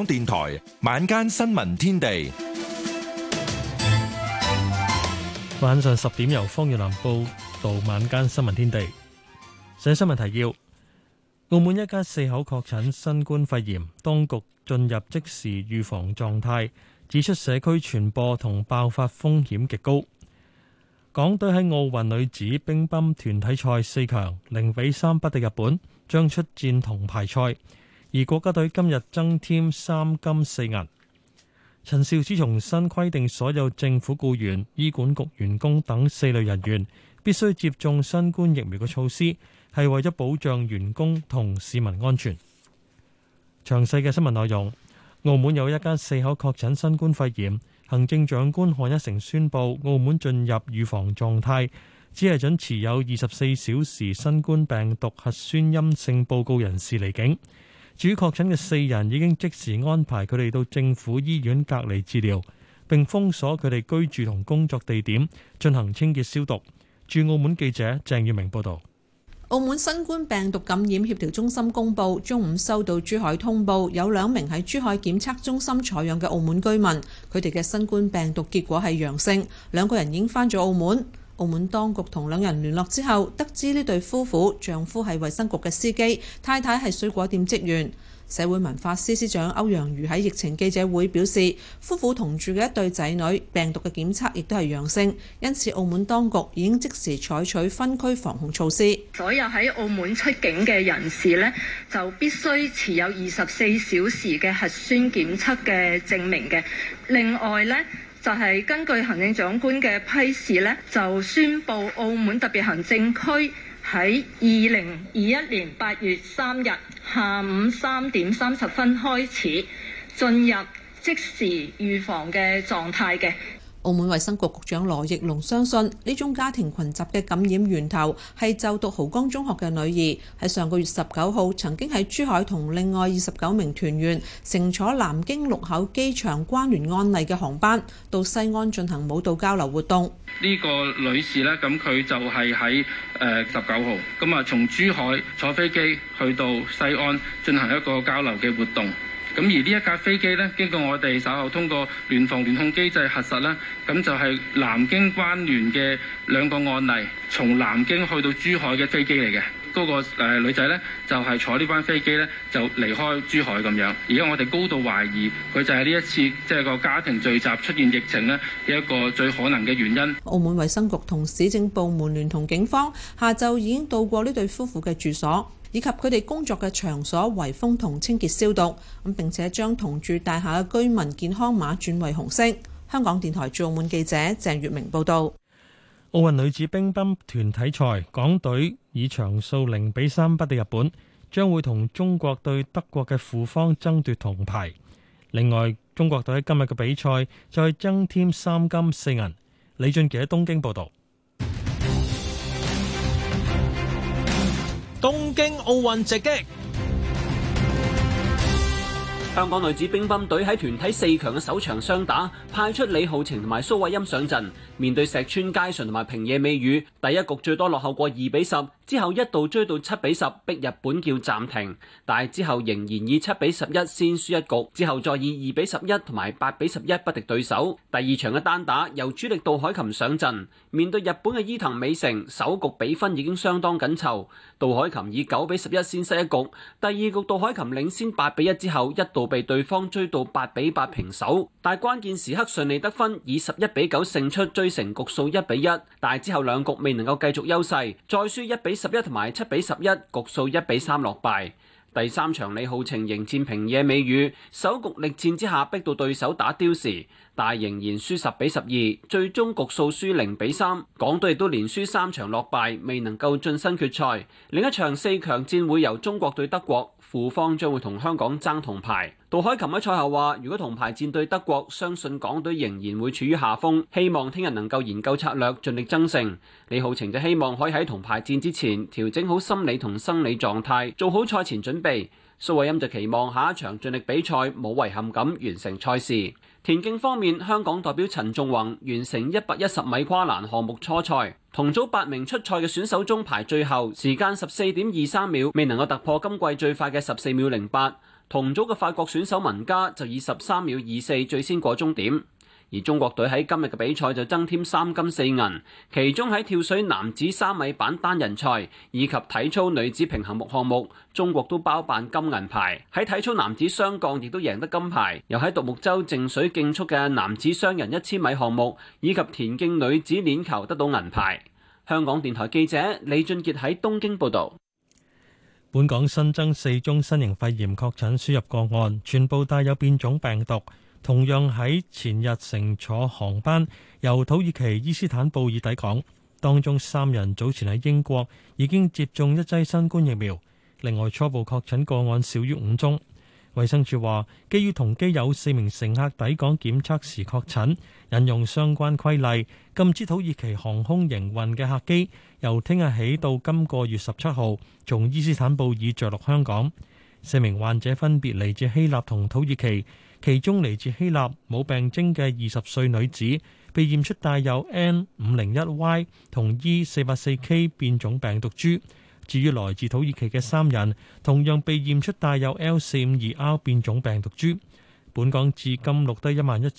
港電台晚間新聞天地， 晚上10點由方月蘭報道晚間新聞天地。寫新聞提要：澳門一家4口確診新冠肺炎，當局進入即時預防狀態，指出社區傳播同爆發風險極高。港隊喺奧運女子乒乓團體賽4強0-3不敵日本，將出戰銅牌賽。而國家隊今日增添3金4銀。陳肇始重新規定，所有政府僱員、醫管局員工等4類人員必須接種新冠疫苗嘅措施，係為咗保障員工同市民安全。詳細嘅新聞內容，澳門有一家4口確診新冠肺炎。行政長官賀一誠宣布，澳門進入預防狀態，只係准持有24小時新冠病毒核酸陰性報告人士離境。至於確診嘅4人，已經即時安排佢哋到政府醫院隔離治療，並封鎖佢哋居住同工作地點，進行清潔消毒。駐澳門記者鄭月明報導。 澳門新冠病毒感染協調中心公佈，中午收到珠海通報，有2名喺珠海檢測中心採樣嘅澳門居民，佢哋嘅新冠病毒結果係陽性，2個人已經返咗澳門。澳門當局同2人聯絡之後，得知呢對夫婦，丈夫係衛生局嘅司機，太太係水果店職員。社會文化司司長歐陽瑜喺疫情記者會表示，夫婦同住嘅1對仔女病毒嘅檢測亦都係陽性，因此澳門當局已經即時採取分區防控措施。 所有喺澳門出境嘅人士呢，就必須持有24小時嘅核酸檢測嘅證明嘅。另外呢，就係根據行政長官嘅批示呢，就宣布澳門特別行政區喺2021年8月3日下午3點30分開始進入即時預防嘅狀態嘅。 澳門衛生局局長羅奕龍相信呢種家庭群集嘅感染源頭係就讀濠江中學嘅女兒，喺上個月19號曾經喺珠海同另外29名團員乘坐南京祿口機場關聯安麗嘅航班到西安進行舞蹈交流活動。 呢個女士呢，咁佢就係喺19號，咁啊從珠海坐飛機去到西安進行一個交流嘅活動。咁而呢一架飛機呢，經過我哋稍後通過聯防聯控機制核實啦，咁就係南京關聯嘅2個案例，從南京去到珠海嘅飛機嚟嘅。嗰個女仔呢，就係坐呢班飛機呢，就離開珠海咁樣。而家我哋高度懷疑佢就係呢一次即係個家庭聚集出現疫情呢嘅一個最可能嘅原因。 澳門衛生局同市政部門聯同警方下晝已經到過呢對夫婦嘅住所，以及佢哋工作嘅場所圍封同清潔消毒，並且將同住大廈嘅居民健康碼轉為紅色。香港電台駐澳門記者鄭月明報導。 奧運女子乒乓團體賽，港隊以場數0-3不敵日本，將會同中國對德國嘅負方爭奪銅牌。另外，中國隊今日嘅比賽再增添3金4銀。李俊傑喺東京報導。 東京奧運直擊。香港女子乒乓隊喺團體4強嘅首場雙打，派出李皓晴同埋蘇慧音上陣，面對石川佳純同埋平野美宇，第一局最多落後過2-10，之後一度追到7-10，逼日本叫暫停，但係之後仍然以7-11先輸一局，之後再以2-11同埋8-11不敵對手。第二場嘅單打由主力杜海琴上陣，面對日本嘅伊藤美誠，首局比分已經相當緊湊，杜海琴以9-11先失一局，第二局杜海琴領先8-1之後一度被對方追到8-8平手，但關鍵時刻順利得分，以11-9勝出，追成局數1-1。但之後兩局未能夠繼續優勢，再輸1-11同埋7-11，局數1-3落敗。第三場李皓晴迎戰平野美宇，首局力戰之下逼到對手打刁時，但仍然輸10-12，最終局數輸0-3。港隊亦都連輸3場落敗，未能夠晉身決賽。另一場4強戰會由中國對德國，負方將會同香港爭銅牌。杜海琴喺賽後話，如果銅牌戰對德國，相信港隊仍然會處於下風，希望聽日能夠研究策略，盡力爭勝。李皓晴就希望可以喺銅牌戰之前調整好心理同生理狀態，做好賽前準備。蘇慧音就期望下一場盡力比賽，冇遺憾咁完成賽事。田徑方面，香港代表陳仲宏完成110米跨欄項目初賽，同組8名出賽嘅選手中排最後，時間14.23秒，未能夠突破今季最快嘅14秒08。 同組嘅法國選手文嘉就以13秒24最先過終點。而中國隊喺今日嘅比賽就增添3金4銀，其中喺跳水男子3米板單人賽以及體操女子平衡木項目，中國都包辦金銀牌。喺體操男子雙槓亦都贏得金牌，又喺獨木舟靜水競速嘅男子雙人1000米項目以及田徑女子鏈球得到銀牌。香港電台記者李俊傑喺東京報導。 本港新增4宗新型肺炎確診輸入個案，全部帶有變種病毒。同樣喺前日乘坐航班由土耳其伊斯坦布爾抵港，當中3人早前喺英國已經接種1劑新冠疫苗。另外初步確診個案少於5宗。衛生署話，基於同機有4名乘客抵港檢測時確診，引用相關規例，禁止土耳其航空營運嘅客機由聽日起到今個月17號從伊斯坦布爾着陸香港。4名患者分別嚟自希臘同土耳其。其中嚟自希臘冇病徵嘅20歲女子被驗出帶有 N501Y 同 E484K 變種病毒株。至於來自土耳其嘅3人，同樣被驗出帶有 L452R 變種病毒株。本港至今錄得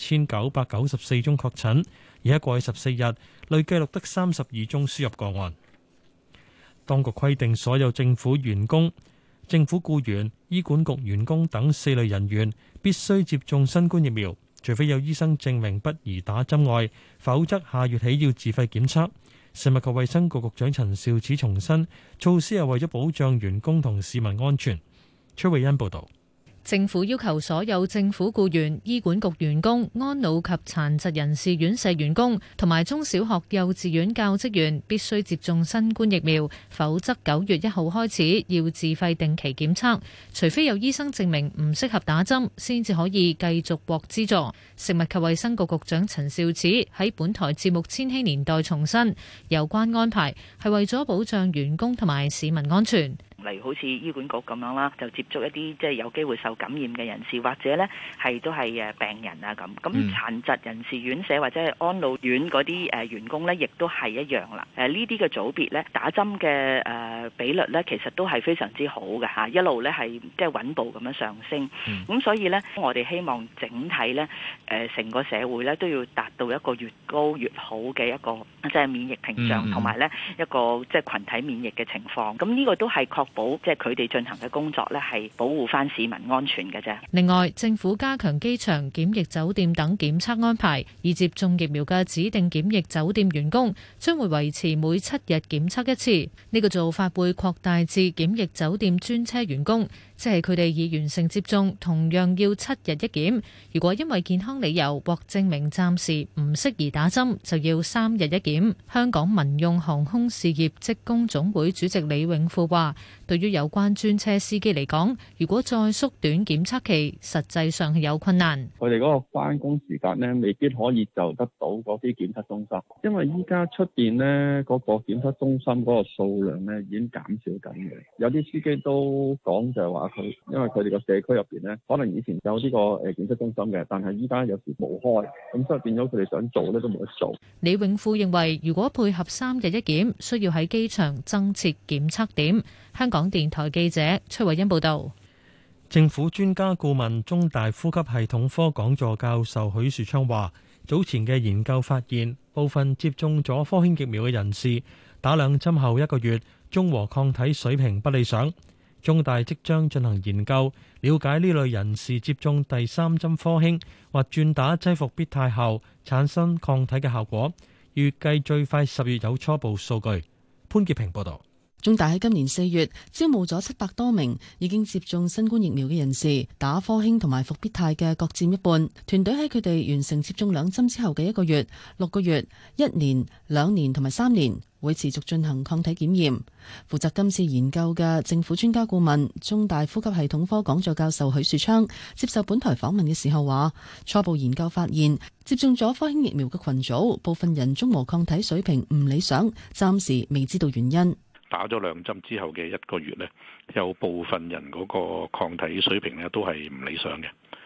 11,994宗確診，而喺過去14日累計錄得32宗輸入個案。當局規定所有政府員工、政府僱員、醫管局員工等4類人員必須接種新冠疫苗，除非有醫生證明不宜打針外，否則下月起要自費檢測。食物及衛生局局長陳肇始重申，措施係為咗保障員工同市民安全。崔慧欣報導。 政府要求所有政府僱員、醫管局員工、安老及殘疾人士院舍員工同埋中小學幼稚園教職員必須接種新冠疫苗，否則9月1號開始要自費定期檢測，除非有醫生證明唔適合打針，先至可以繼續獲資助。食物及衛生局局長陳肇始喺本台節目《千禧年代》重申，有關安排係為咗保障員工同埋市民安全。 例如好似醫管局咁樣啦，就接觸一啲即係有機會受感染嘅人士，或者咧都係病人啊咁。咁殘疾人士院舍或者係安老院嗰啲員工咧，亦都係一樣啦。呢啲嘅組別咧，打針嘅比率咧，其實都係非常之好嘅嚇，一路咧係即係穩步咁樣上升。咁所以咧，我哋希望整體咧成個社會咧都要達到一個越高越好嘅一個即係免疫屏障，同埋咧一個即係群體免疫嘅情況。咁呢個都係確保即係佢哋進行嘅工作咧，係保護翻市民安全嘅啫。 另外，政府加強機場、檢疫酒店等檢測安排，已接種疫苗嘅指定檢疫酒店員工將會維持每7日檢測一次。呢個做法會擴大至檢疫酒店專車員工，即係佢哋已完成接種，同樣要7日一檢。如果因為健康理由獲證明暫時唔適宜打針，就要3日一檢。香港民用航空事業職工總會主席李永富話，對於有關專車司機嚟講，如果再縮短檢測期，實際上係有困難。 佢哋嗰個返工時間呢，未必可以就得到嗰啲檢測中心，因為依家出邊呢嗰個檢測中心嗰個數量呢已經減少緊嘅。有啲司機都講就係話佢，因為佢哋個社區入邊呢，可能以前有呢個檢測中心嘅，但係依家有時冇開，咁所以變咗佢哋想做呢都冇得做。 李永富認為，如果配合3日一檢，需要喺機場增設檢測點。香港電台記者崔慧欣報道。 政府專家顧問、中大呼吸系統科講座教授許樹昌話，早前嘅研究發現，部分接種咗科興疫苗嘅人士打2針後1個月，中和抗體水平不理想。中大即將進行研究，了解呢類人士接種第3針科興或轉打劑復必泰後產生抗體嘅效果，預計最快10月有初步數據。潘潔平報導。 中大喺今年4月招募咗700多名已經接種新冠疫苗嘅人士，打科興同埋復必泰嘅各佔一半。團隊喺佢哋完成接種2針之後嘅1個月、6個月、1年、2年同埋3年，會持續進行抗體檢驗。負責今次研究嘅政府專家顧問、中大呼吸系統科講座教授許樹昌接受本台訪問嘅時候話，初步研究發現，接種咗科興疫苗嘅群組，部分人中和抗體水平唔理想，暫時未知道原因。 打咗2針之後嘅1個月呢，有部分人嗰個抗體水平呢都係唔理想嘅。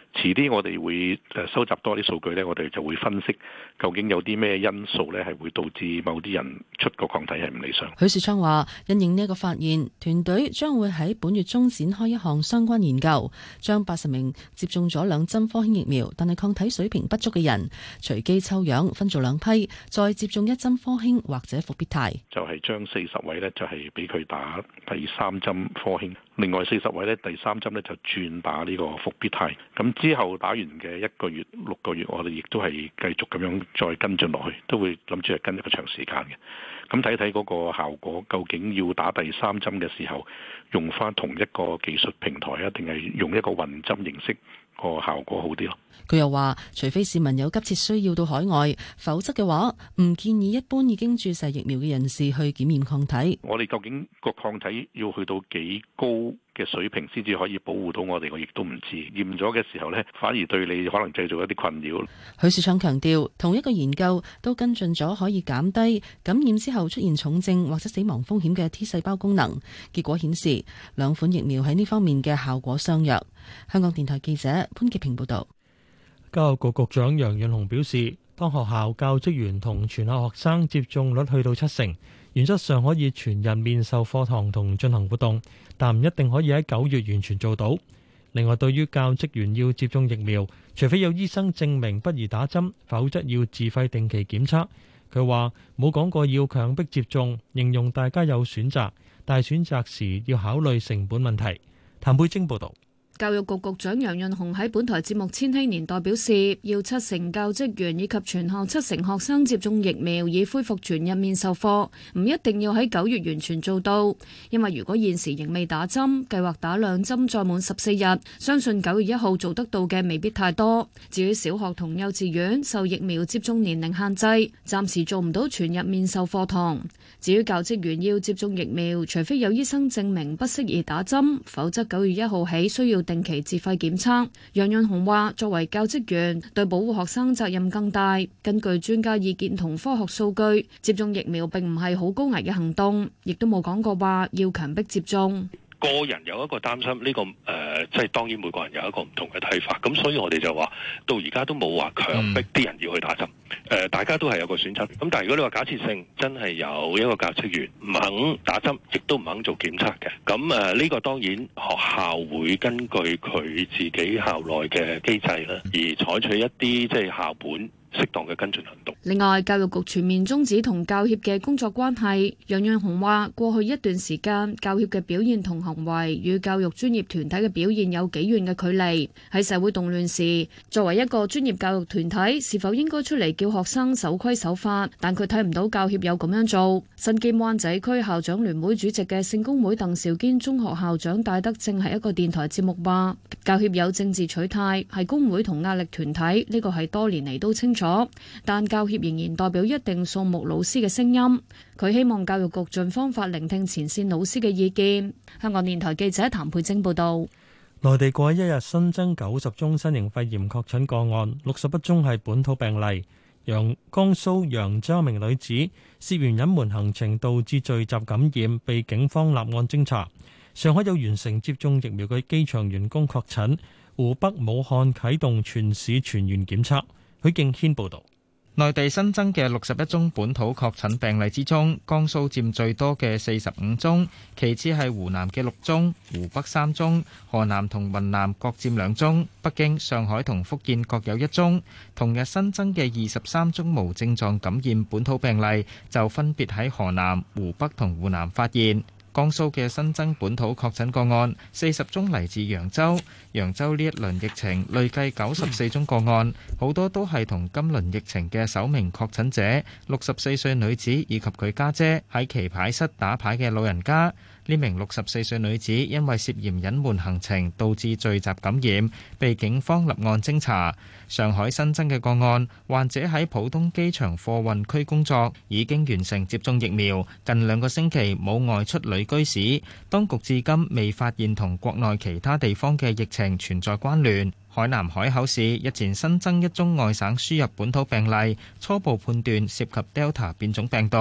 遲啲我哋會收集多啲數據呢，我哋就會分析究竟有啲咩因素呢係會導致某啲人出個抗體係唔理想。 許樹昌話：因應呢一個發現，團隊將會喺本月中展開一項相關研究，將80名接種咗2針科興疫苗但係抗體水平不足嘅人，隨機抽樣分做2批，再接種1針科興或者復必泰。 就係將40位呢，就係俾佢打第3針科興，另外40位呢，第3針呢就轉打呢個復必泰。咁之後打完嘅1個月、6個月，我哋亦都係繼續咁樣再跟進落去，都會諗住係跟一個長時間嘅。咁睇睇嗰個效果，究竟要打第3針嘅時候，用翻同一個技術平台啊，定係用一個混針形式，個效果好啲咯。 佢又話，除非市民有急切需要到海外，否則嘅話，唔建議一般已經注射疫苗嘅人士去檢驗抗體。 我哋究竟個抗體要去到幾高嘅水平先至可以保護到我哋，我亦都唔知。驗咗嘅時候呢，反而對你可能製造一啲困擾。 許樹昌強調，同一個研究都跟進咗可以減低感染之後出現重症或者死亡風險嘅 T 細胞功能，結果顯示2款疫苗喺呢方面嘅效果相若。香港電台記者潘潔平報道。 教育局局長楊潤雄表示，當學校教職員同全校學生接種率去到70%，原則上可以全日面授課堂同進行活動，但唔一定可以喺9月完全做到。另外，對於教職員要接種疫苗，除非有醫生證明不宜打針，否則要自費定期檢測。佢話冇講過要強迫接種，形容大家有選擇，但係選擇時要考慮成本問題。譚佩晶報導。 教育局局長楊潤雄喺本台節目《千禧年代》表示，要70%教職員以及全校70%學生接種疫苗，以恢復全日面授課，唔一定要喺9月完全做到。因為如果現時仍未打針，計劃打2針再滿14日，相信9月1號做得到嘅未必太多。至於小學同幼稚園受疫苗接種年齡限制，暫時做唔到全日面授課堂。至於教職員要接種疫苗，除非有醫生證明不適宜打針，否則9月1號起需要定期自費檢測。楊潤雄話：作為教職員，對保護學生責任更大。根據專家意見同科學數據，接種疫苗並唔係好高危嘅行動，亦都冇講過話要強迫接種。 個人有一個擔心，呢個即係當然每個人有一個唔同嘅睇法。咁所以我哋就話，到而家都冇話強迫啲人要去打針。大家都係有個選擇。咁但係如果你話假設性真係有一個教職員唔肯打針，亦都唔肯做檢測嘅，咁呢個當然學校會根據佢自己校內嘅機制啦，而採取一啲即係校本適當嘅跟進行動。 另外，教育局全面終止同教協嘅工作關係。楊潤雄話：過去一段時間，教協嘅表現同行為與教育專業團體嘅表現有幾遠嘅距離。喺社會動亂時，作為一個專業教育團體，是否應該出嚟叫學生守規守法？但佢睇唔到教協有咁樣做。身兼灣仔區校長聯會主席嘅聖公會鄧肇堅中學校長戴德正喺一個電台節目話：教協有政治取態，係工會同壓力團體，呢個係多年嚟都清楚。但教協仍然代表一定數目老師嘅聲音，佢希望教育局盡方法聆聽前線老師嘅意見。香港電台記者譚佩晶報道。 內地過去一日新增90宗新型肺炎確診個案，61宗係本土病例。江蘇揚州一名女子涉嫌隱瞞行程導致聚集感染，被警方立案偵查。上海有完成接種疫苗嘅機場員工確診。湖北武漢啟動全市全員檢測。許敬軒報道。 內地新增嘅61宗本土確診病例之中，江蘇佔最多嘅45宗，其次係湖南嘅6宗，湖北3宗，河南同雲南各佔2宗，北京、上海同福建各有1宗。同日新增嘅23宗無症狀感染本土病例，就分別喺河南、湖北同湖南發現。江蘇嘅新增本土確診個案40宗嚟自揚州，揚州呢一輪疫情累計94宗個案，好多都係同今輪疫情嘅首名確診者64歲女子以及佢家姐喺棋牌室打牌嘅老人家。呢名64歲女子因為涉嫌隱瞞行程導致聚集感染，被警方立案偵查。上海新增嘅個案，患者喺浦東機場貨運區工作，已經完成接種疫苗，近2個星期冇外出旅居史。當局至今未發現同國內其他地方嘅疫情存在關聯。海南海口市日前新增1宗外省輸入本土病例，初步判斷涉及 Delta 變種病毒。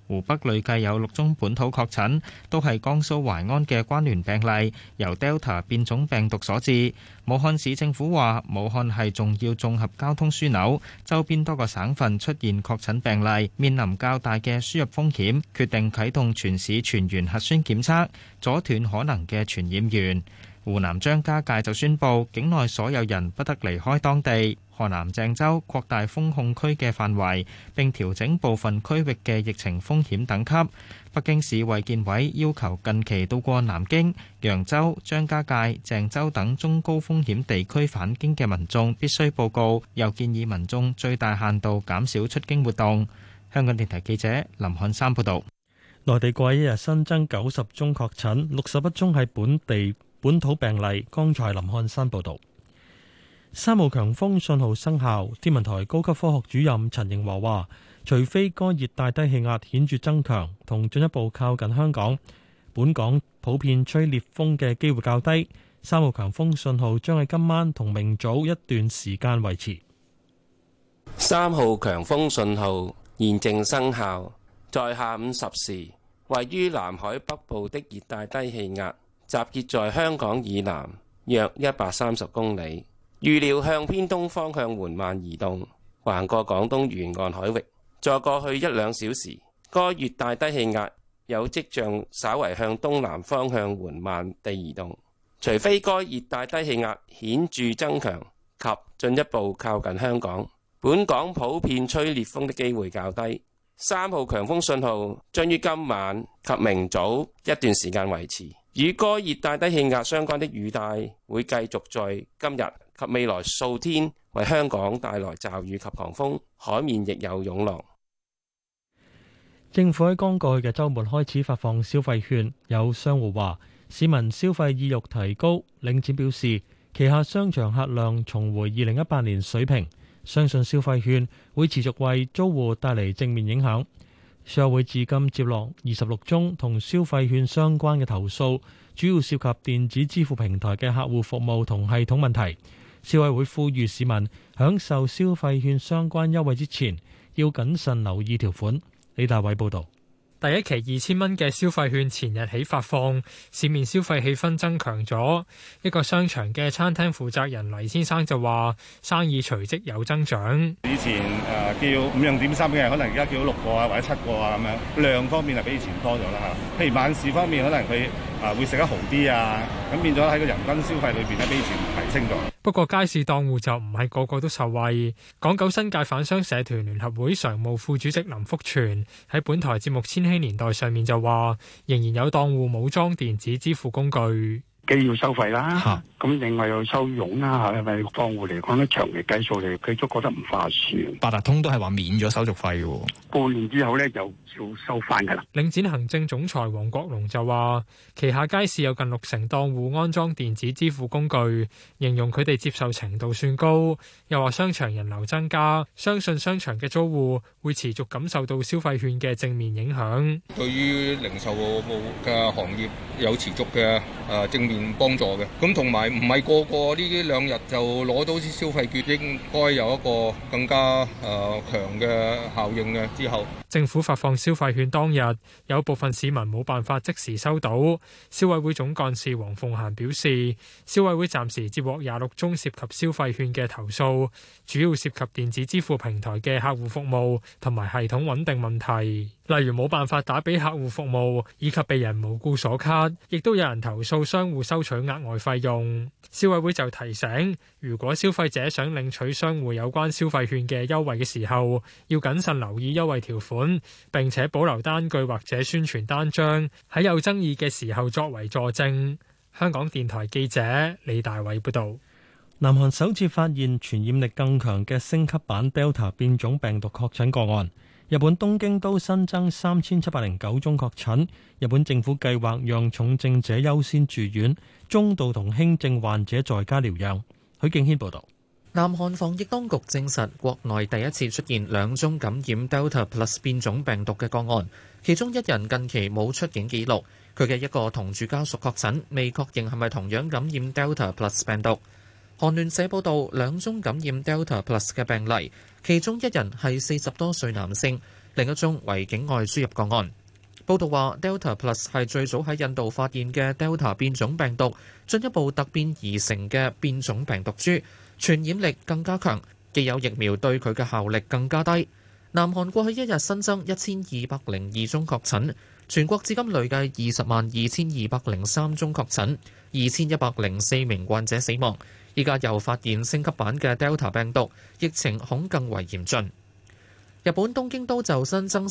湖北累計有6宗本土確診，都係江蘇淮安嘅關聯病例，由 Delta 變種病毒所致。武漢市政府話，武漢係重要綜合交通樞紐，周邊多個省份出現確診病例，面臨較大嘅輸入風險，決定啟動全市全員核酸檢測，阻斷可能嘅傳染源。湖南張家界就宣布，境內所有人不得離開當地。河南鄭州擴大封控區嘅範圍，並調整部分區域嘅疫情風險等級。北京市衛健委要求近期到過南京、揚州、張家界、鄭州等中高風險地區返京嘅民眾必須報告，又建議民眾最大限度減少出京活動。香港電台記者林漢山報道。 內地過去一日新增90宗確診，61宗係本土病例。剛才林漢山報道。3號強風信號生效，天文台高級科學主任陳盈華話，除非該熱帶低氣壓顯著增強同進一步靠近香港，本港普遍吹烈風嘅機會較低。3號強風信號將喺今晚同明早一段時間維持。 3號強風信號現正生效，在下午10時，位於南海北部的熱帶低氣壓集結在香港以南約130公里，預料向偏東方向緩慢移動，橫過廣東沿岸海域。在過去1-2小時，該熱帶低氣壓有跡象稍為向東南方向緩慢地移動，除非該熱帶低氣壓顯著增強及進一步靠近香港，本港普遍吹烈風的機會較低。3號強風信號將於今晚及明早一段時間維持。與該熱帶低氣壓相關的雨帶會繼續在今日及未來數天為香港帶來驟雨及狂風，海面亦有湧浪。 政府喺剛過去嘅週末開始發放消費券，有商戶話市民消費意欲提高。領展表示旗下商場客量重回2018年水平，相信消費券會持續為租戶帶嚟正面影響。消委會至今接落26宗同消費券相關嘅投訴，主要涉及電子支付平台嘅客戶服務同系統問題。消委會呼籲市民享受消費券相關優惠之前，要謹慎留意條款。李大偉報導。 第一期2000蚊嘅消費券前日起發放，市面消費氣氛增強咗。一個商場嘅餐廳負責人黎先生就話，生意隨即有增長。 以前叫5樣點心嘅，可能而家叫6個啊或者7個啊咁樣，量方面係比以前多咗啦嚇。譬如晚市方面，可能佢會食得豪啲啊，咁變咗喺個人均消費裏邊咧，比以前提升咗。 不過街市檔戶就唔係個個都受惠。港九新界販商社團聯合會常務副主席林福全喺本台節目《千禧年代》上面就話，仍然有檔戶冇裝電子支付工具。 既要收費啦，咁另外又收佣啦，係咪檔戶嚟講咧，長期計數嚟，佢都覺得唔划算。 八達通都係話免咗手續費嘅， 半年之後咧就要收翻噶啦。 領展行政總裁黃國龍就話，旗下街市有近60檔戶安裝電子支付工具，形容佢哋接受程度算高。又話商場人流增加，相信商場嘅租戶會持續感受到消費券嘅正面影響。 對於零售嘅行業有持續嘅正面幫助嘅，咁同埋唔係個個呢2日就攞到啲消費券，應該有一個更加強嘅效應嘅。之後政府發放消費券當日，有部分市民冇辦法即時收到。消委會總幹事黃鳳嫻表示，消委會暫時接獲26宗涉及消費券嘅投訴，主要涉及電子支付平台嘅客戶服務同埋系統穩定問題，例如冇辦法打俾客戶服務，以及被人無故鎖卡，亦都有人投訴商戶收取額外費用。消委會就提醒，如果消費者想領取商戶有關消費券嘅優惠嘅時候，要謹慎留意優惠條款，並且保留單據或者宣傳單張，喺有爭議嘅時候作為佐證。香港電台記者李大偉報導。 南韓首次發現傳染力更強嘅升級版 Delta 變種病毒確診個案。日本東京都新增3709宗確診。日本政府計劃讓重症者優先住院，中度同輕症患者在家療養。許敬軒報導。 南韓防疫當局證實，國內第一次出現2宗感染 Delta Plus 變種病毒嘅個案，其中一人近期冇出境記錄，佢嘅一個同住家屬確診，未確認係咪同樣感染 Delta Plus 病毒。韓聯社報導，2宗感染 Delta Plus 嘅病例，其中一人係40多歲男性， 另一宗為境外輸入個案。報道話 Delta Plus 係最早喺印度發現嘅 Delta 變種病毒，進一步突變而成嘅變種病毒株，傳染力更加強，既有疫苗對佢嘅效力更加低。南韓過去一日新增1202宗確診，全國至今累計202203宗確診，2104名患者死亡。依家又發現升級版嘅 Delta 病毒，疫情恐更為嚴峻。日本東京都就新增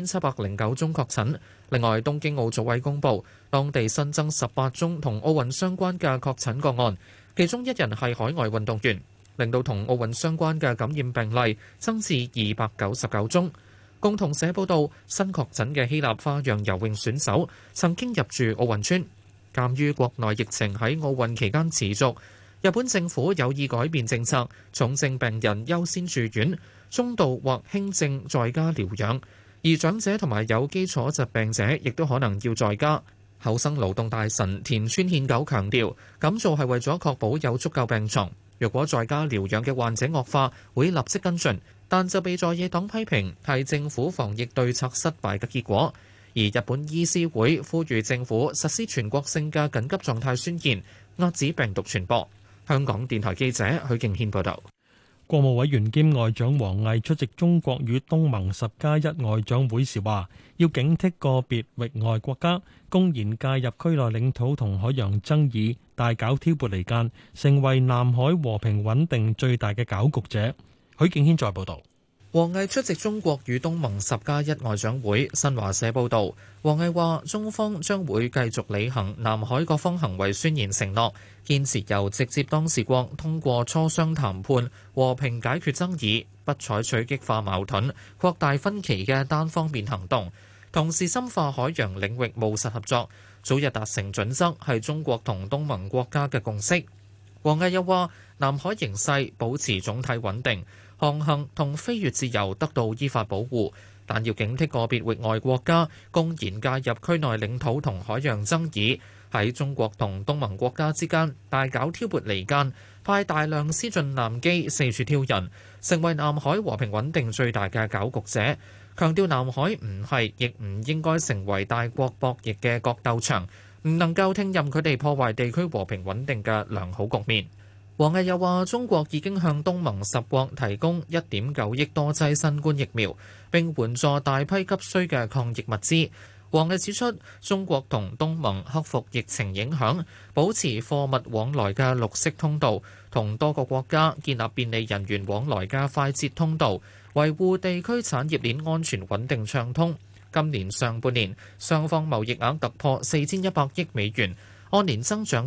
3709宗確診，另外東京奧組委公佈，當地新增18宗同奧運相關嘅確診個案，其中一人係海外運動員，令到同奧運相關嘅感染病例增至299宗。共同社報道，新確診嘅希臘花樣游泳選手曾經入住奧運村。鑑於國內疫情喺奧運期間持續，日本政府有意改變政策，重症病人優先住院，中度或輕症在家療養，而長者同埋有基礎疾病者亦都可能要在家。厚生勞動大臣田村憲久強調，咁做係為咗確保有足夠病床。若果在家療養嘅患者惡化，會立即跟進，但就被在野黨批評係政府防疫對策失敗嘅結果。而日本醫師會呼籲政府實施全國性嘅緊急狀態宣言，遏止病毒傳播。香港電台記者許敬軒報導。 國務委員兼外長王毅出席中國與東盟10+1外長會時話，要警惕個別域外國家公然介入區內領土同海洋爭議，大搞挑撥離間，成為南海和平穩定最大嘅攪局者。許敬軒再報導。 王毅出席中國與東盟10+1外長會，新華社報導，王毅話：中方將會繼續履行南海各方行為宣言承諾，堅持由直接當事國通過磋商談判和平解決爭議，不採取激化矛盾、擴大分歧嘅單方面行動，同時深化海洋領域務實合作，早日達成準則係中國同東盟國家嘅共識。王毅又話：南海形勢保持總體穩定，航行同飛越自由得到依法保護，但要警惕個別域外國家公然介入區內領土同海洋爭議，喺中國同東盟國家之間大搞挑撥離間，派大量先進艦機四處挑釁，成為南海和平穩定最大嘅攪局者。強調南海唔係亦唔應該成為大國博弈嘅角鬥場，唔能夠聽任佢哋破壞地區和平穩定嘅良好局面。王毅又話：中國已經向東盟10國提供1.9億多劑新冠疫苗，並援助大批急需嘅抗疫物資。王毅指出，中國同東盟克服疫情影響，保持貨物往來嘅綠色通道，同多個國家建立便利人員往來嘅快捷通道，維護地區產業鏈安全穩定暢通。今年上半年，雙方貿易額突破4100億美元，按年增長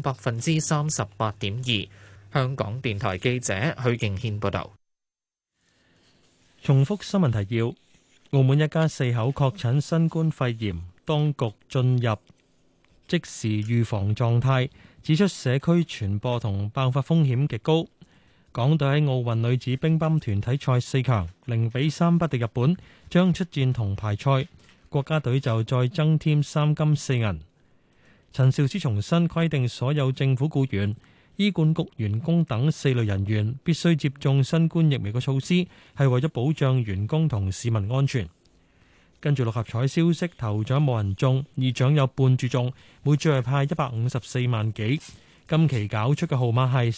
38.2%。香港電台記者許敬軒報導。 重複新聞提要：澳門一家4口確診新冠肺炎，當局進入即時預防狀態，指出社區傳播同爆發風險極高。港隊喺奧運女子乒乓團體賽4強0-3不敵日本，將出戰銅牌賽。國家隊就再增添3金4銀。陳肇始重申規定，所有政府僱員、醫管局員工等4類人員必須接種新冠疫苗嘅措施，係為咗保障員工同市民安全。跟住六合彩消息，頭獎冇人中，二獎有半注中，每注係派154萬幾。今期搞出嘅號碼係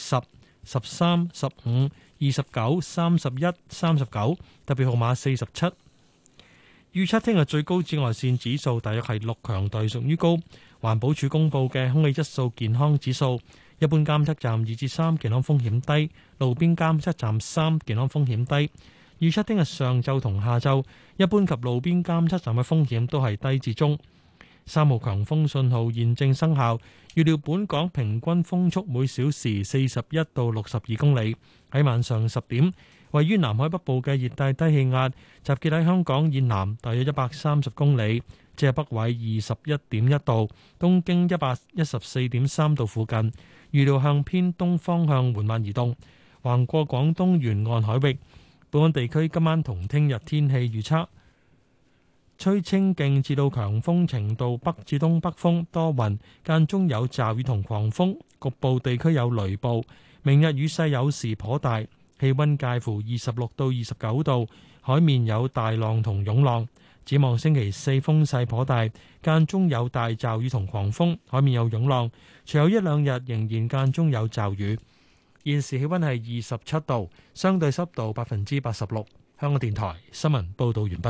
10、13、15、29、31、39，特別號碼47。預測聽日最高紫外線指數大約係6，強度屬於高。環保署公布嘅空氣質素健康指數，一般監測站2至3，健康風險低，路邊監測站3，健康風險低。預測聽日上晝同下晝，一般及路邊監測站嘅風險都係低至中。3號強風信號現正生效，預料本港平均風速每小時41到62公里。喺晚上10點，位於南海北部嘅熱帶低氣壓集結喺香港以南大約130公里，即係北緯21.1度，東經114.3度附近。預料向偏東方向緩慢移動，橫過廣東沿岸海域。本港地區今晚同聽日天氣預測，吹清勁至到強風程度北至東北風，多雲，間中有驟雨同狂風，局部地區有雷暴。明日雨勢有時頗大， 氣溫介乎26到29度，海面有大浪同湧浪。展望星期四風勢頗大，間中有大驟雨同狂風，海面有湧浪。隨後一兩日仍然間中有驟雨。現時氣溫係27度，相對濕度86%。香港電台新聞報道完畢。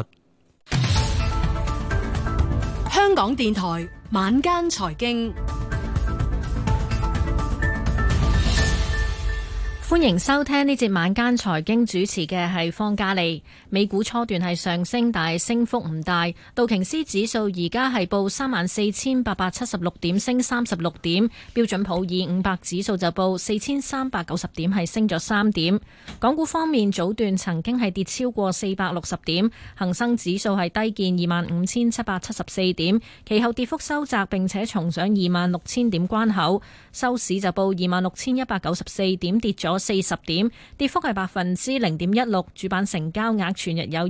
香港電台晚間財經。 歡迎收聽呢節晚間財經，主持嘅係方嘉利。美股初段係上升，但係升幅唔大。道瓊斯指數而家係報34,876點，升36點。標準普爾500指數就報4,390點，係升咗3點。港股方面，早段曾經係跌超過460點，恒生指數係低見25,774點，其後跌幅收窄，並且重上26,000點關口，收市就報26,194點，跌咗40點，跌幅係0.16%。主板成交額全日有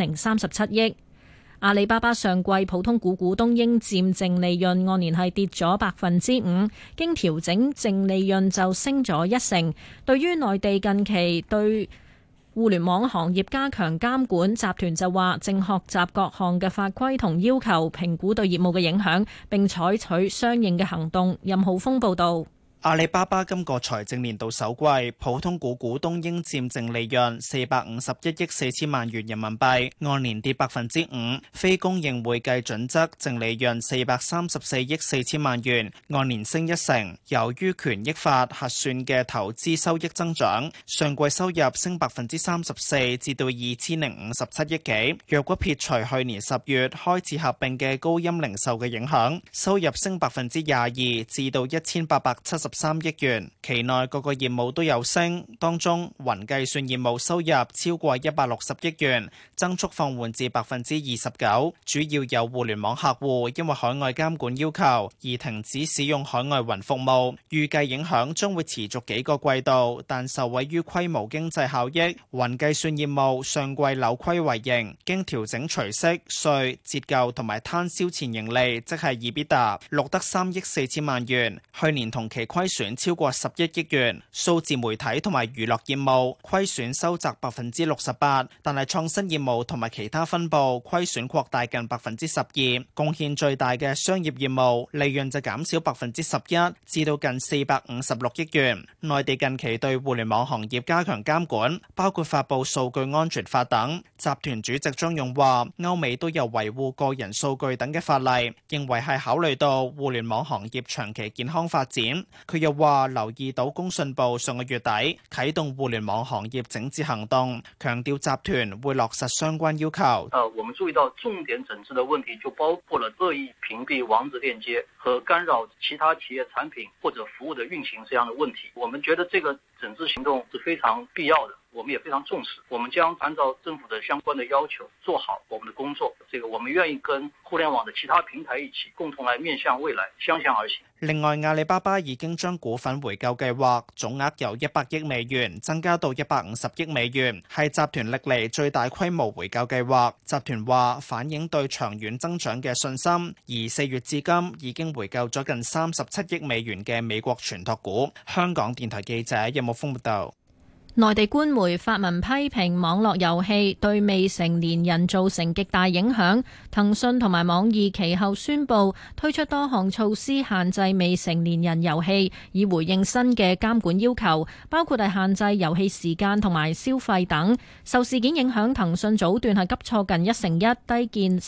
2,037億。阿里巴巴上季普通股股東應佔淨利潤按年係跌咗5%，經調整淨利潤就升咗1成。對於內地近期對互聯網行業加強監管，集團就話正學習各項嘅法規同要求，評估對業務嘅影響，並採取相應嘅行動。任浩峰報導。 阿里巴巴今個財政年度首季普通股股東應佔淨利潤451億4千萬元人民幣，按年跌5%；非公認會計準則淨利潤434億4千萬元，按年升1成。由於權益法核算嘅投資收益增長，上季收入升34%至到2,057億幾。若果撇除去年10月開始合併嘅高鑫零售嘅影響，收入升22%至到1,873億元，期內各個業務都有升，當中雲計算業務收入超過160億元，增速放緩至29%，主要有互聯網客戶因為海外監管要求而停止使用海外雲服務，預計影響將會持續幾個季度，但受惠於規模經濟效益，雲計算業務上季扭虧為盈，經調整除息、稅、折舊同埋攤銷前盈利，即係 EBITDA 錄得3億4千萬元，去年同期虧損超過11億元。數字媒體同埋娛樂業務虧損收窄68%，但係創新業務同埋其他分部虧損擴大近12%，貢獻最大嘅商業業務利潤就減少11%，至到近456億元。內地近期對互聯網行業加強監管，包括發布數據安全法等。集團主席張勇話：歐美都有維護個人數據等嘅法例，認為係考慮到互聯網行業長期健康發展。佢又話留意到工信部上個月底啟動互聯網行業整治行動，強調集團會落實相關要求。 我們注意到重點整治的問題就包括了惡意屏蔽網址鏈接和干擾其他企業產品或者服務的運行這樣的問題。我們覺得這個整治行動是非常必要的，我們也非常重視。我們將按照政府的相關的要求做好我們的工作。這個我們願意跟互聯網的其他平台一起，共同來面向未來，相向而行。 另外，阿里巴巴已經將股份回購計劃總額由100億美元增加到150億美元，係集團歷嚟最大規模回購計劃。集團話反映對長遠增長嘅信心，而4月至今已經回購咗近37億美元嘅美國存託股。香港電台記者任木峰報道。 內地官媒發文批評網絡遊戲對未成年人造成極大影響。騰訊同埋網易其後宣布推出多項措施限制未成年人遊戲，以回應新嘅監管要求，包括係限制遊戲時間同埋消費等。受事件影響，騰訊早段係急挫近1成1，低見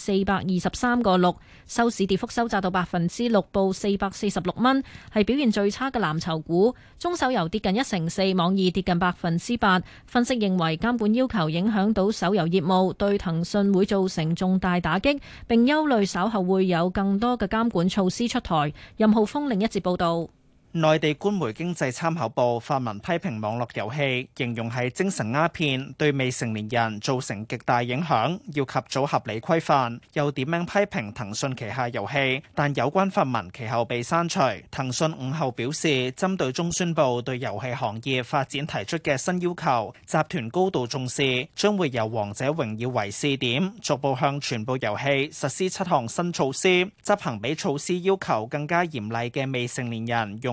423.6，收市跌幅收窄到6%，報446蚊，係表現最差嘅藍籌股。中手遊跌近1成4，網易跌近8%。分析認為監管要求影響到手遊業務，對騰訊會造成重大打擊，並憂慮稍後會有更多嘅監管措施出台。任浩峰另一節報導。 內地官媒經濟參考報發文批評網絡遊戲，形容係精神鴉片，對未成年人造成極大影響，要及早合理規範。又點名批評騰訊旗下遊戲，但有關發文其後被刪除。騰訊午後表示，針對中宣部對遊戲行業發展提出嘅新要求，集團高度重視，將會由王者榮耀為試點，逐步向全部遊戲實施7項新措施，執行比措施要求更加嚴厲嘅未成年人用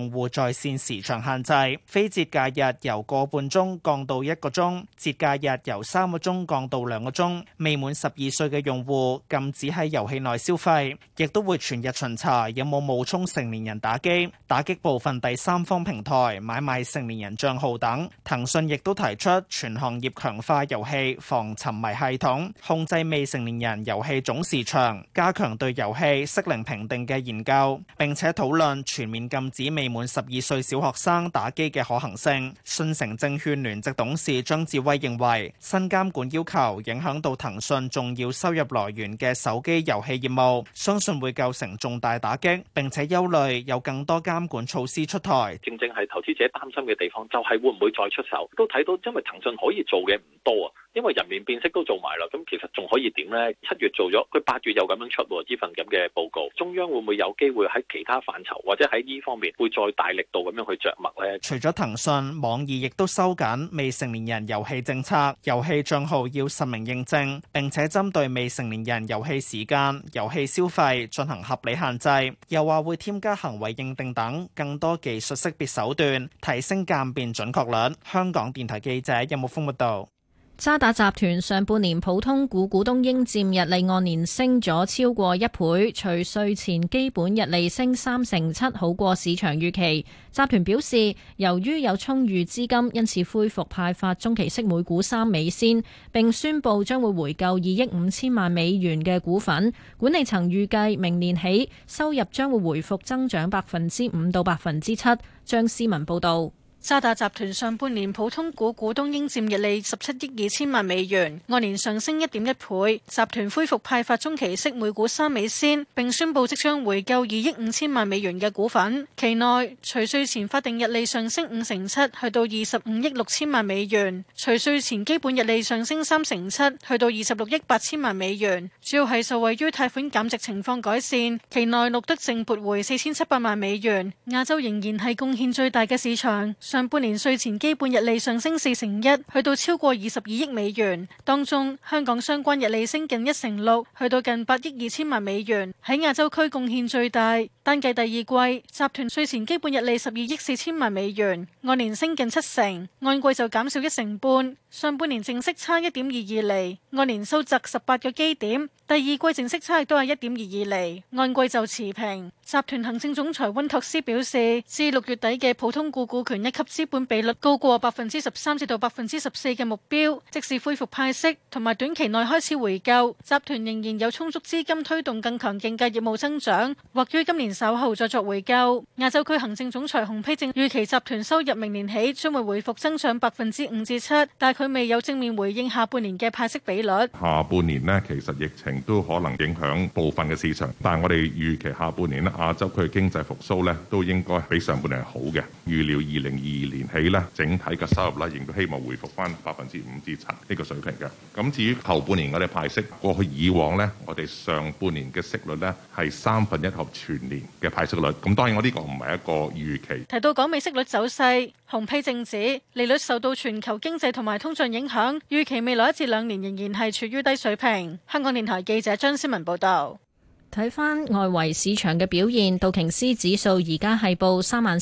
用戶在線時長限制，非節假日由個半鐘降到1個鐘，節假日由3個鐘降到2個鐘。未滿12歲嘅用戶禁止喺遊戲內消費，亦都會全日巡查有冇冒充成年人打機，打擊部分第三方平台買賣成年人賬號等。騰訊亦都提出全行業強化遊戲防沉迷系統，控制未成年人遊戲總時長，加強對遊戲適齡評定嘅研究，並且討論全面禁止未滿12歲小學生打機嘅可行性。信誠證券聯席董事張志威認為，新監管要求影響到騰訊重要收入來源嘅手機遊戲業務，相信會構成重大打擊，並且憂慮有更多監管措施出台。 正正係投資者擔心嘅地方，就係會唔會再出手？都睇到，因為騰訊可以做嘅唔多啊。因為人面辨識都做埋啦，咁其實仲可以點呢？7月做咗，佢8月又咁樣出呢份咁嘅報告，中央會唔會有機會喺其他範疇或者喺呢方面會再大力度咁樣去着墨呢？ 除咗騰訊，網易亦都收緊未成年人遊戲政策，遊戲帳號要實名認證，並且針對未成年人遊戲時間、遊戲消費進行合理限制。又話會添加行為認定等更多技術識別手段，提升鑑辨準確率。香港電台記者任木峰報道。 渣打集團上半年普通股股東應佔溢利按年升咗超過1倍，除稅前基本溢利升7%，好過市場預期。集團表示，由於有充裕資金，因此恢復派發中期息每股3美仙，並宣布將會回購2億5千萬美元嘅股份。管理層預計明年起收入將會回復增長5%到7%。張思文報導。 渣打集團上半年普通股股東應佔溢利17億2千萬美元，按年上升1.1倍。集團恢復派發中期息每股3美仙，並宣布即將回購2億5千萬美元嘅股份。期內除稅前法定溢利上升5%，去到25億6千萬美元；除稅前基本溢利上升3%，去到26億8千萬美元。主要係受惠於貸款減值情況改善，期內錄得淨撥回4700萬美元。亞洲仍然係貢獻最大嘅市場。上半年稅前基本溢利上升4%，去到超過22億美元。當中香港相關溢利升近1%，去到近8億2千萬美元，喺亞洲區貢獻最大。單計第二季，集團稅前基本溢利12億4千萬美元，按年升近7%，按季就減少1.5%。上半年淨息差1.22厘，按年收窄18個基點。第二季淨息差亦都係1.22厘，按季就持平。集團行政總裁溫托斯表示，至6月底嘅普通股股權一級資本比率高過13%至到14%嘅目標，即使恢復派息同埋短期內開始回購，集團仍然有充足資金推動更強勁嘅業務增長，或於今年稍後再作回購。亞洲區行政總裁洪丕正預期集團收入明年起將會回復增長5%至7%，但佢未有正面回應下半年嘅派息比率。 下半年呢，其實疫情都可能影響部分嘅市場，但係我哋預期下半年呢，亞洲區嘅經濟復甦呢都應該比上半年好嘅。預料2022年起呢，整體嘅收入呢，仍都希望回復翻5%至7%呢個水平嘅。咁至於後半年我哋派息，過去以往呢，我哋上半年嘅息率呢係1/3合全年嘅派息率。咁當然我呢個唔係一個預期。 提到港美息率走勢，洪丕正指利率受到全球經濟同埋通脹影響，預期未來1至2年仍然係處於低水平。香港電台記者張思文報道。 睇返外圍市場嘅表現，道瓊斯指數而家係報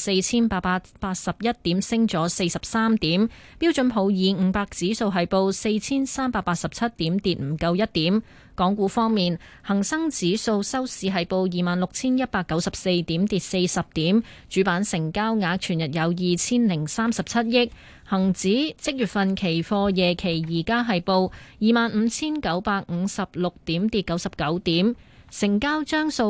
34,881點，升咗43點；標準普爾500指數係報4,387點，跌唔夠1點。港股方面，恒生指數收市係報26,194點，跌40點。主板成交額全日有2,037億。恒指即月份期貨夜期而家係報25,956點，跌99點。成交張數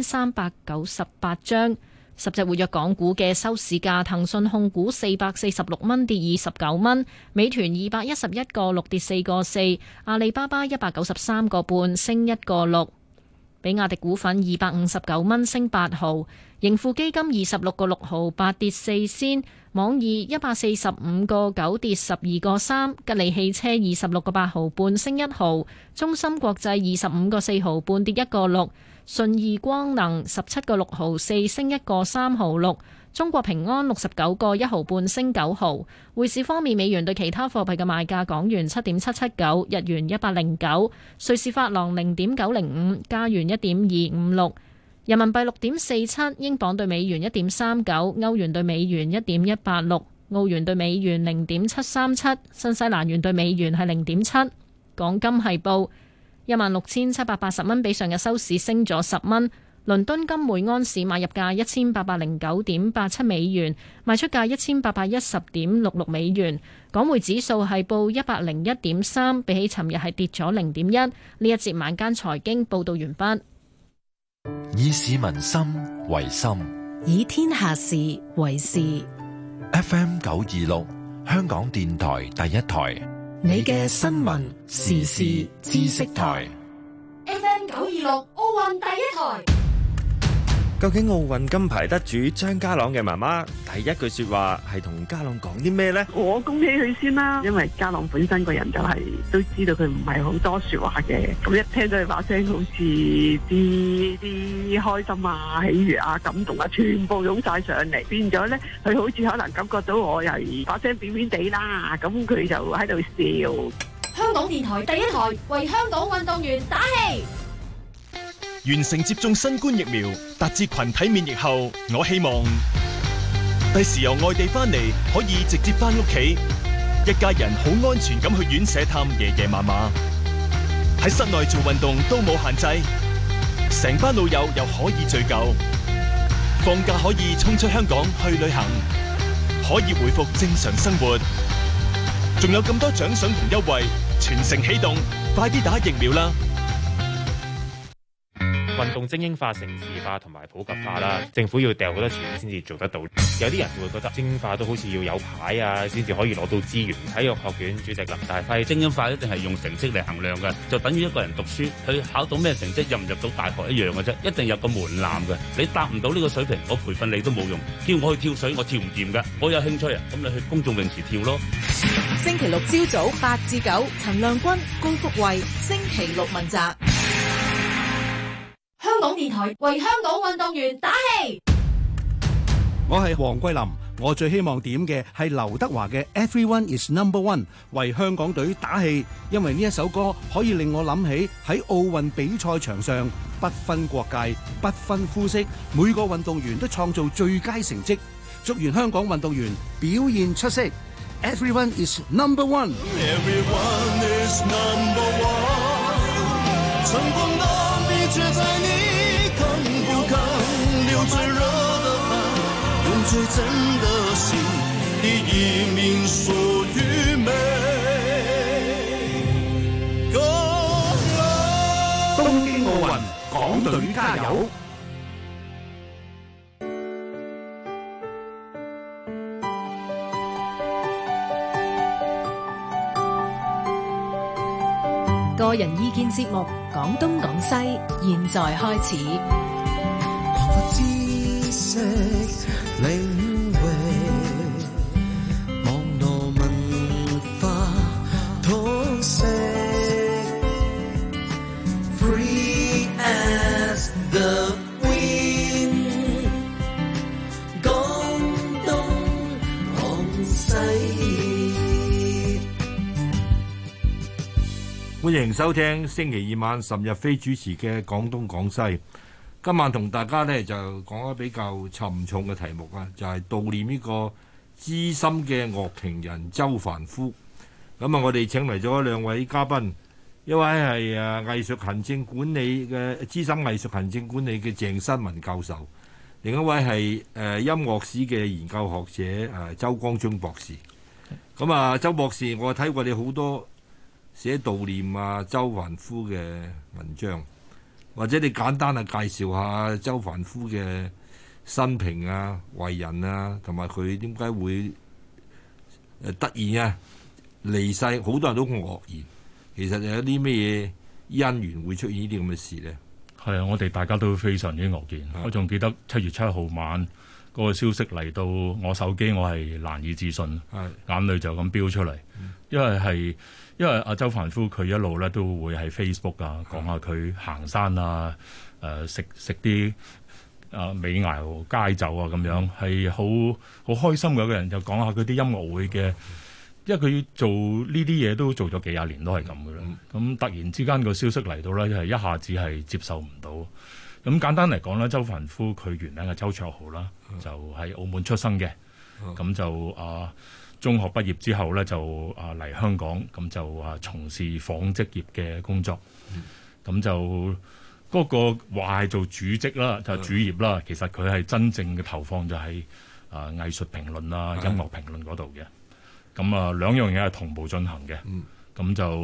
8398張。十隻活躍港股嘅收市價：騰訊控股446蚊，跌29蚊；美團211個6，跌4個4；阿里巴巴193個半，升1個6；比亞迪股份259蚊，升8毫；盈富基金26個6毫8，跌4仙；網易145個9，跌12個3；吉利汽車26個8毫半，升1毫；中芯國際25個4毫半，跌1個6；信義光能17個6毫4，升1個3毫6；中國平安69個1毫半，升9毫。匯市方面，美元對其他貨幣嘅賣價：港元7.779，日元109，瑞士法郎0.905，加元1.256， 人民幣6.47，英鎊對美元1.39，歐元對美元1.186，澳元對美元0.737，新西蘭元對美元係0.7。港金係報16,780蚊，比上日收市升咗10蚊。倫敦金每安士買入價1809.87美元，賣出價1810.66美元。港匯指數係報101.3，比起尋日係跌咗0.1。呢一節晚間財經報導完畢。 以市民心為心， 以天下事為事。 FM 926，香港電台第一台， 你嘅新聞時事知識台。 FM 926，奧運第一台。 究竟奧運金牌得主張家朗嘅媽媽第一句說話係同家朗講啲咩呢？ 我恭喜佢先啦，因為家朗本身個人就係都知道佢唔係好多說話嘅，咁一聽到佢把聲好似啲開心啊、喜悅啊、感動啊，全部湧晒上嚟，變咗呢，佢好似可能感覺到我又把聲扁扁地啦，咁佢就喺度笑。 香港電台第一台為香港運動員打氣。 完成接種新冠疫苗，達至群體免疫後，我希望第時由外地翻嚟可以直接翻屋企，一家人好安全咁去院舍探爺爺嫲嫲，喺室內做運動都冇限制，成班老友又可以聚舊，放假可以衝出香港去旅行，可以回復正常生活，仲有咁多獎賞同優惠，全城起動，快啲打疫苗啦！ 運動精英化、城市化同埋普及化啦，政府要掉好多錢先至做得到。有啲人會覺得精英化都好似要有牌啊，先至可以攞到資源。體育學院主席林大輝， 精英化一定係用成績嚟衡量嘅，就等於一個人讀書，佢考到咩成績入唔入到大學一樣嘅啫，一定有個門檻嘅。你達唔到呢個水平，我培訓你都冇用。叫我去跳水，我跳唔掂㗎。我有興趣啊，咁你去公眾泳池跳咯。 星期六朝早8至9，陳亮君、高福慧，星期六問責。 香港電台為香港運動員打氣。 我係黃桂林，我最希望點嘅係劉德華嘅 Everyone is Number One， 為香港隊打氣，因為呢一首歌可以令我諗起喺奧運比賽場上，不分國界、不分膚色，每個運動員都創造最佳成績。祝願香港運動員表現出色。Everyone is Number One。 Everyone is Number One。 成功的秘訣在你肯不肯流最熱的汗，用最真的心，第一名屬於美國。 東京奧運，港隊加油！ 個人意見節目《講東講西》，現在開始。 網絡文化通識 Free as the wind， 講東講西。 歡迎收聽星期二晚岑日飛主持嘅廣東廣西。今晚同大家呢就講一比較沉重嘅題目啊，就係悼念呢個資深嘅樂評人周凡夫。咁啊，我哋請嚟咗兩位嘉賓，一位係藝術行政管理嘅資深藝術行政管理嘅鄭新文教授，另一位係音樂史嘅研究學者周光中博士。咁啊，周博士，我睇過你好多寫悼念周凡夫嘅文章，或者你簡單介紹下周凡夫嘅生平啊、為人啊，同埋佢點解會突然離世，好多人都愕然。其實有啲咩嘢因緣會出現呢啲咁嘅事呢？ 係啊，我哋大家都非常之愕然。我仲記得7月7號晚嗰個消息嚟到我手機，我係難以置信，眼淚就咁飆出嚟，因為阿周凡夫佢一路咧都會喺 Facebook 講下佢行山食啲美肴佳酒咁樣，係好開心嘅一個人。就講下佢啲音樂會嘅，因為佢做呢啲嘢都做咗幾廿年都係咁嘅啦。咁突然之間個消息嚟到咧，係一下子係接受唔到。 咁簡單嚟講咧，周凡夫佢原名係周卓豪啦，就喺澳門出生嘅。咁就中學畢業之後咧，就嚟香港，咁就從事紡織業嘅工作。咁就嗰個話係做主職啦，就係主業啦。其實佢係真正嘅投放就係藝術評論啊、音樂評論嗰度嘅。咁兩樣嘢係同步進行嘅。咁就